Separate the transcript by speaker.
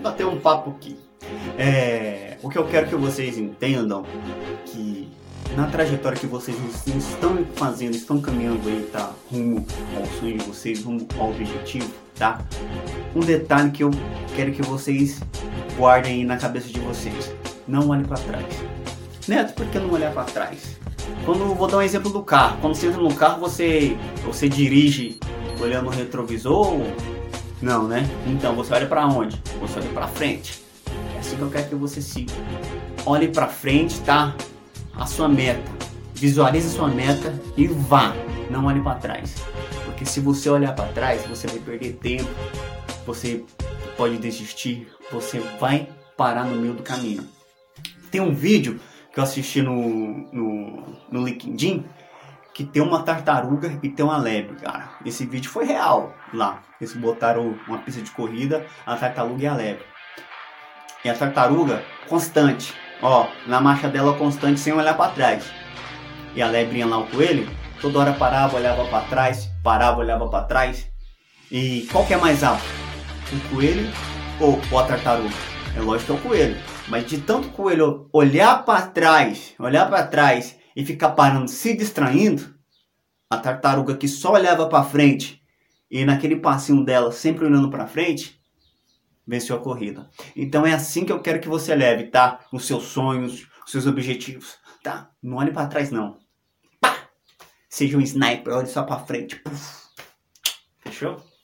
Speaker 1: bater um papo aqui. O que eu quero que vocês entendam que na trajetória que vocês estão fazendo, estão caminhando aí, tá? Rumo ao sonho de vocês, rumo ao objetivo, tá? Um detalhe que eu quero que vocês guardem aí na cabeça de vocês: não olhe para trás. Neto, por que não olhar para trás? Vou dar um exemplo do carro. Quando você entra no carro, você dirige olhando o retrovisor? Não, né? Então você olha para onde? Você olha para frente. É assim que eu quero que você siga. Olhe para frente, tá? A sua meta. Visualize sua meta e vá. Não olhe para trás. Porque se você olhar para trás, você vai perder tempo. Você pode desistir. Você vai parar no meio do caminho. Tem um vídeo que eu assisti no LinkedIn que tem uma tartaruga e tem uma lebre, cara. Esse vídeo foi real lá. Eles botaram uma pista de corrida, a tartaruga e a lebre. E a tartaruga constante, ó, na marcha dela constante sem olhar para trás. E a lebrinha lá, o coelho, toda hora parava, olhava para trás, parava, olhava para trás. E qual que é mais alto? O coelho ou a tartaruga? É lógico que é o coelho. Mas de tanto o coelho olhar para trás e ficar parando, se distraindo, a tartaruga que só olhava para frente e naquele passinho dela sempre olhando para frente, venceu a corrida. Então é assim que eu quero que você leve, tá? Os seus sonhos, os seus objetivos, tá? Não olhe para trás não. Pá! Seja um sniper, olhe só para frente. Puf. Fechou?